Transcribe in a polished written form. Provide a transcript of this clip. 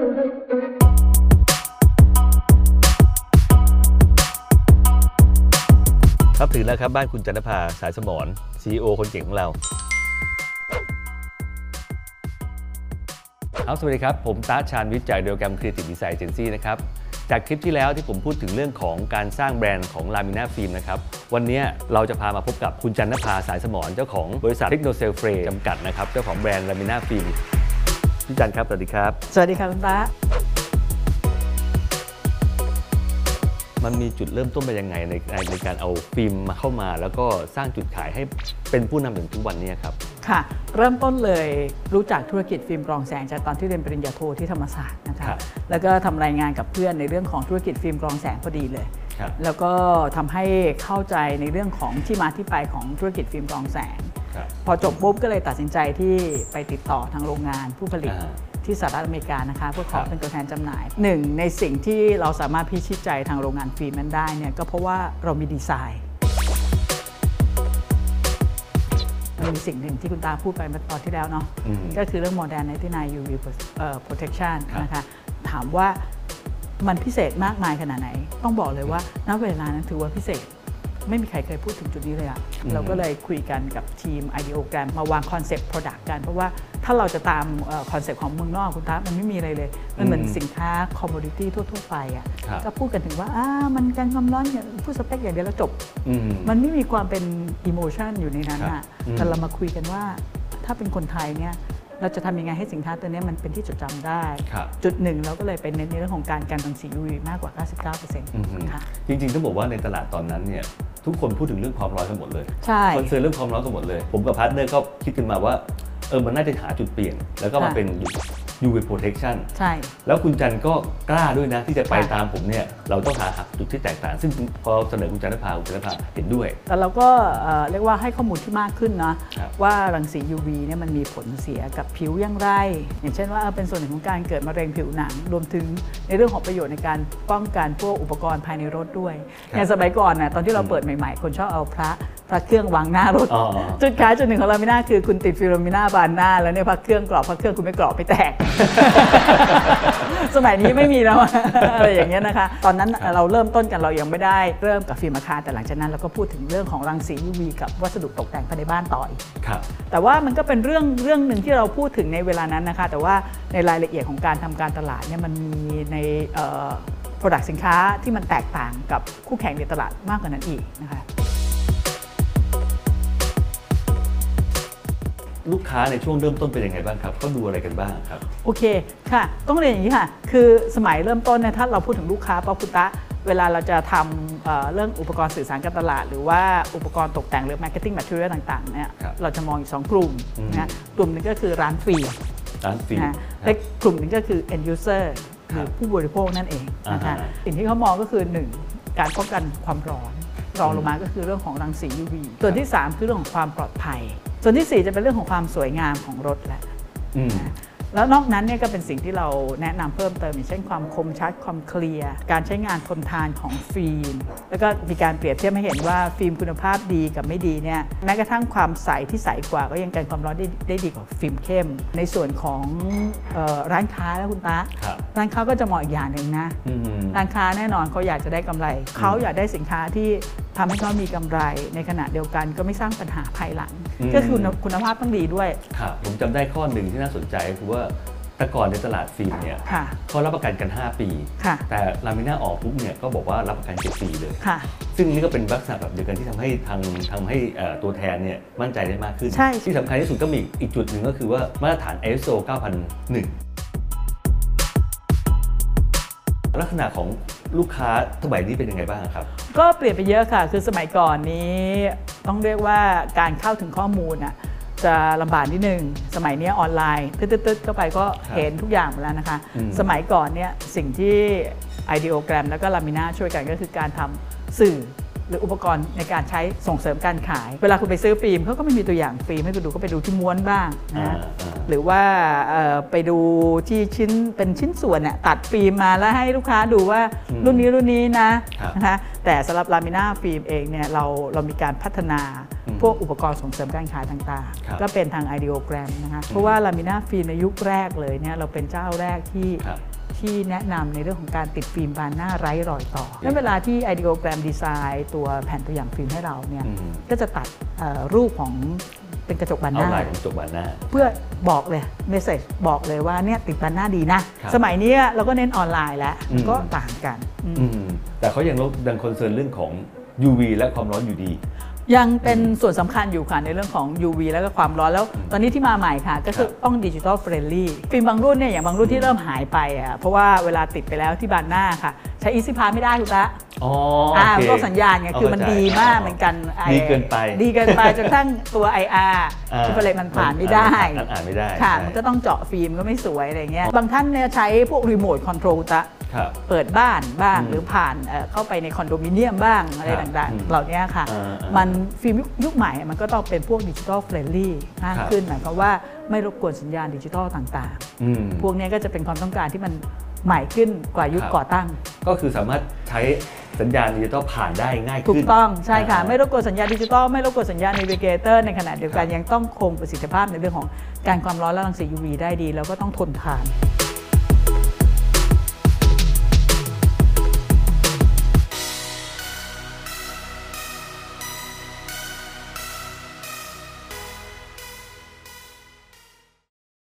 ครับถึงแล้วครับบ้านคุณจันทภาสายสมร CEO คนเก่งของเราสวัสดีครับผมตาชาญวิทย์จากเดียวกัน Creative Design Agency นะครับจากคลิปที่แล้วที่ผมพูดถึงเรื่องของการสร้างแบรนด์ของ Lamina Film นะครับวันนี้เราจะพามาพบกับคุณจันทภาสายสมรเจ้าของบริษัท Technosail Frame จำกัดนะครับเจ้าของแบรนด์ Lamina Film พี่จันครับสวัสดีครับสวัสดีครับคุณตามันมีจุดเริ่มต้นไปยังไงในการเอาฟิล์มมาเข้ามาแล้วก็สร้างจุดขายให้เป็นผู้นำถึงทุกวันนี้ครับค่ะเริ่มต้นเลยรู้จักธุรกิจฟิล์มกรองแสงจากตอนที่เรียนปริญญาโทที่ธรรมศาสตร์นะคะแล้วก็ทำรายงานกับเพื่อนในเรื่องของธุรกิจฟิล์มกรองแสงพอดีเลยแล้วก็ทำให้เข้าใจในเรื่องของที่มาที่ไปของธุรกิจฟิล์มกรองแสงพอจบปุ๊บก็เลยตัดสินใจที่ไปติดต่อทางโรงงานผู้ผลิตที่สหรัฐอเมริกานะคะเพื่อขอเป็นตัวแทนจำหน่ายหนึ่งในสิ่งที่เราสามารถพิชิตใจทางโรงงานฟิล์มนั้นได้เนี่ยก็เพราะว่าเรามีดีไซน์มีสิ่งหนึ่งที่คุณตาพูดไปเมื่อตอนที่แล้วเนาะก็คือเรื่อง Modern 99 UV Protection นะคะถามว่ามันพิเศษมากมายขนาดไหนต้องบอกเลยว่าณเวลานั้นถือว่าพิเศษไม่มีใครเคยพูดถึงจุดนี้เลยอะเราก็เลยคุยกันกับทีม Ideogram มาวางคอนเซ็ปต์ Product กันเพราะว่าถ้าเราจะตามคอนเซ็ปต์ของเมืองนอกคุณตามันไม่มีอะไรเลยมันเหมือนสินค้า commodity ทั่วๆไปอะก็พูดกันถึงว่ามันกันความร้อนอย่างพูดสเปคอย่างเดียวแล้วจบมันไม่มีความเป็น emotion อยู่ในนั้นอะแต่เรามาคุยกันว่าถ้าเป็นคนไทยเนี่ยเราจะทำยังไงให้สินค้าตัวนี้มันเป็นที่จดจำได้จุดหนึ่งเราก็เลยเป็นเน้นในเรื่องของการกันรังสี UV มากกว่า 99% ค่ะจริงๆต้องบอกว่าในตลาดตอนนั้นเนี่ยทุกคนพูดถึงเรื่องความร้อนกันหมดเลยใช่คอนเซิร์นเรื่องความร้อนกันหมดเลยผมกับพาร์ทเนอร์ก็คิดกันมาว่ามันน่าจะหาจุดเปลี่ยนแล้วก็มาเป็น UV Protection ใช่แล้วคุณจันก็กล้าด้วยนะที่จะไปตามผมเนี่ยเราต้องหาจุดที่แตกต่างซึ่งพอเสนอคุณจันทภาเห็นด้วยแต่เราก็เรียกว่าให้ข้อมูลที่มากขึ้นนะว่ารังสี UV เนี่ยมันมีผลเสียกับผิวอย่างไรอย่างเช่นว่าเป็นส่วนหนึ่งของการเกิดมะเร็งผิวหนังรวมถึงในเรื่องของประโยชน์ในการป้องกันพวกอุปกรณ์ภายในรถด้วยอย่างสมัยก่อนนะตอนที่เราเปิดใหม่ๆคนชอบเอาพระเครื่องวางหน้ารถจุดขายจุดหนึ่งของเราไม่น่าคือคุณติดฟิโลมิน่าบานหน้าแล้วเนี่ยพระเครื่องกรอบพระเครื่องคุณไม่กรอบไม่แตกสมัยนี้ไม่มีแล้วอะไรอย่างเงี้ยนะคะตอนนั้นเราเริ่มต้นกันเรายังไม่ได้เริ่มกับฟิล์มอาคารแต่หลังจากนั้นเราก็พูดถึงเรื่องของรังสี UV กับวัสดุตกแต่งภายในบ้านต่ออีกแต่ว่ามันก็เป็นเรื่องหนึ่งที่เราพูดถึงในเวลานั้นนะคะแต่ว่าในรายละเอียดของการทำการตลาดเนี่ยมันมีในProduct สินค้าที่มันแตกต่างกับคู่แข่งในตลาดมากกว่านั้นอีกนะคะลูกค้าในช่วงเริ่มต้นเป็นยังไงบ้างครับเขาดูอะไรกันบ้างครับโอเคค่ะต้องเรียนอย่างนี้ค่ะคือสมัยเริ่มต้นเนี่ยถ้าเราพูดถึงลูกค้าป๊อปคุณตะเวลาเราจะทำเรื่องอุปกรณ์สื่อสารการตลาดหรือว่าอุปกรณ์ตกแต่งหรือ marketing material ต่างๆเนี่ยเราจะมองอีก2กลุ่มนะกลุ่มนึงก็คือร้านฟิล์มและกลุ่มนึงก็คือ end user หรือผู้บริโภคนั่นเองนะคะสิ่งที่เขามองก็คือ1การป้องกันความร้อนรองลงมาก็คือเรื่องของรังสี UV ส่วนที่3คือเรื่องของความปลอดภัยส่วนที่4จะเป็นเรื่องของความสวยงามของรถแหละแล้วนอกนั้นเนี่ยก็เป็นสิ่งที่เราแนะนำเพิ่มเติมอย่างเช่นความคมชัดความเคลียร์การใช้งานทนทานของฟิล์มแล้วก็มีการเปรียบเทียบให้เห็นว่าฟิล์มคุณภาพดีกับไม่ดีเนี่ยแม้กระทั่งความใสที่ใสกว่าก็ยังกันความร้อนได้ดีกว่าฟิล์มเข้มในส่วนของร้านค้าแล้วคุณตาร้านค้าก็จะมองอีกอย่างหนึ่งนะร้านค้าแน่นอนเขาอยากจะได้กำไรเขาอยากได้สินค้าที่ทำให้เขามีกำไรในขณะเดียวกันก็ไม่สร้างปัญหาภายหลังก็คือคุณภาพต้องดีด้วยผมจำได้ข้อหนึ่งที่น่าสนใจคือว่าแต่ก่อนในตลาดฟิล์มเนี่ยเขารับประกันกัน5 ปีแต่ลามิน่าออกปุ๊บเนี่ยก็บอกว่ารับประกัน7 ปีเลยซึ่งนี่ก็เป็นลักษณะแบบเดียวกันที่ทำให้ตัวแทนเนี่ยมั่นใจได้มากขึ้นที่สำคัญที่สุดก็มีอีกจุดหนึ่งก็คือว่ามาตรฐาน ISO 9001ลักษณะของลูกค้าสมัยนี้เป็นยังไงบ้างครับก็เปลี่ยนไปเยอะค่ะคือสมัยก่อนนี้ต้องเรียกว่าการเข้าถึงข้อมูลจะลำบากนิดนึงสมัยนี้ออนไลน์ตึ๊ดเข้าไปก็เห็นทุกอย่างหมดแล้วนะคะสมัยก่อนเนี่ยสิ่งที่ Ideogram แล้วก็ Lamina ช่วยกันก็คือการทำสื่อหรืออุปกรณ์ในการใช้ส่งเสริมการขายเวลาคุณไปซื้อฟิล์มเขาก็ไม่มีตัวอย่างฟิล์มให้คุณดูก็ไปดูที่ม้วนบ้างนะหรือว่าไปดูที่เป็นชิ้นส่วนเนี่ยตัดฟิล์มมาแล้วให้ลูกค้าดูว่ารุ่นนี้นะคะแต่สำหรับ Lamina ฟิล์มเองเนี่ยเรามีการพัฒนาพวกอุปกรณ์ส่งเสริมการขายต่างๆก็เป็นทาง Ideogram นะคะเพราะว่า Lamina ฟิล์มในยุคแรกเลยเนี่ยเราเป็นเจ้าแรกที่ที่แนะนำในเรื่องของการติดฟิล์มบานหน้าไร้รอยต่อและเวลาที่ Ideogram ดีไซน์ตัวแผ่นตัวอย่างฟิล์มให้เราเนี่ยก็จะตัดรูปของเป็นกระจกบานหน้าของกระจกบานหน้าเพื่อบอกเลยเมสเซจบอกเลยว่าเนี่ยติดบานหน้าดีนะสมัยนี้เราก็เน้นออนไลน์แล้วก็ต่างกันแต่เขายังคอนเซิร์นเรื่องของ UV และความร้อนอยู่ดียังเป็นส่วนสำคัญอยู่ค่ะในเรื่องของ UV แล้วก็ความร้อนแล้วตอนนี้ที่มาใหม่ค่ะก็คือต้องดิจิทัลเฟรนลี่ฟิล์มบางรุ่นเนี่ยอย่างบางรุ่นที่เริ่มหายไปเพราะว่าเวลาติดไปแล้วที่บานหน้าค่ะใช้อีซี่พาไม่ได้ถูกละพวกสัญญาณไงคือมันดีมากเหมือนกันดีเกินไปจนทั้งตัว IR ที่เฟรนมันผ่านไม่ได้อ่านไม่ได้ค่ะมันก็ต้องเจาะฟิล์มก็ไม่สวยอะไรเงี้ยบางท่านเนี่ยใช้พวกรีโมทคอนโทรลเปิดบ้านบ้างหรือผ่านเข้าไปในคอนโดมิเนียมบ้างอะไรต่างๆเหล่านี้ค่ะมันฟิล์มยุคใหม่มันก็ต้องเป็นพวกดิจิทัลเฟรนลี่มากขึ้นหมายความว่าไม่รบกวนสัญญาณดิจิทัลต่างๆพวกนี้ก็จะเป็นความต้องการที่มันใหม่ขึ้นกว่ายุคก่อตั้งก็คือสามารถใช้สัญญาณดิจิทัลผ่านได้ง่ายขึ้นถูกต้องใช่ค่ะไม่รบกวนสัญญาณดิจิทัลไม่รบกวนสัญญาณเนวิเกเตอร์ในขณะเดียวกันยังต้องคงประสิทธิภาพในเรื่องของการความร้อนและรังสี UV ได้ดีแล้วก็ต้องทนทาน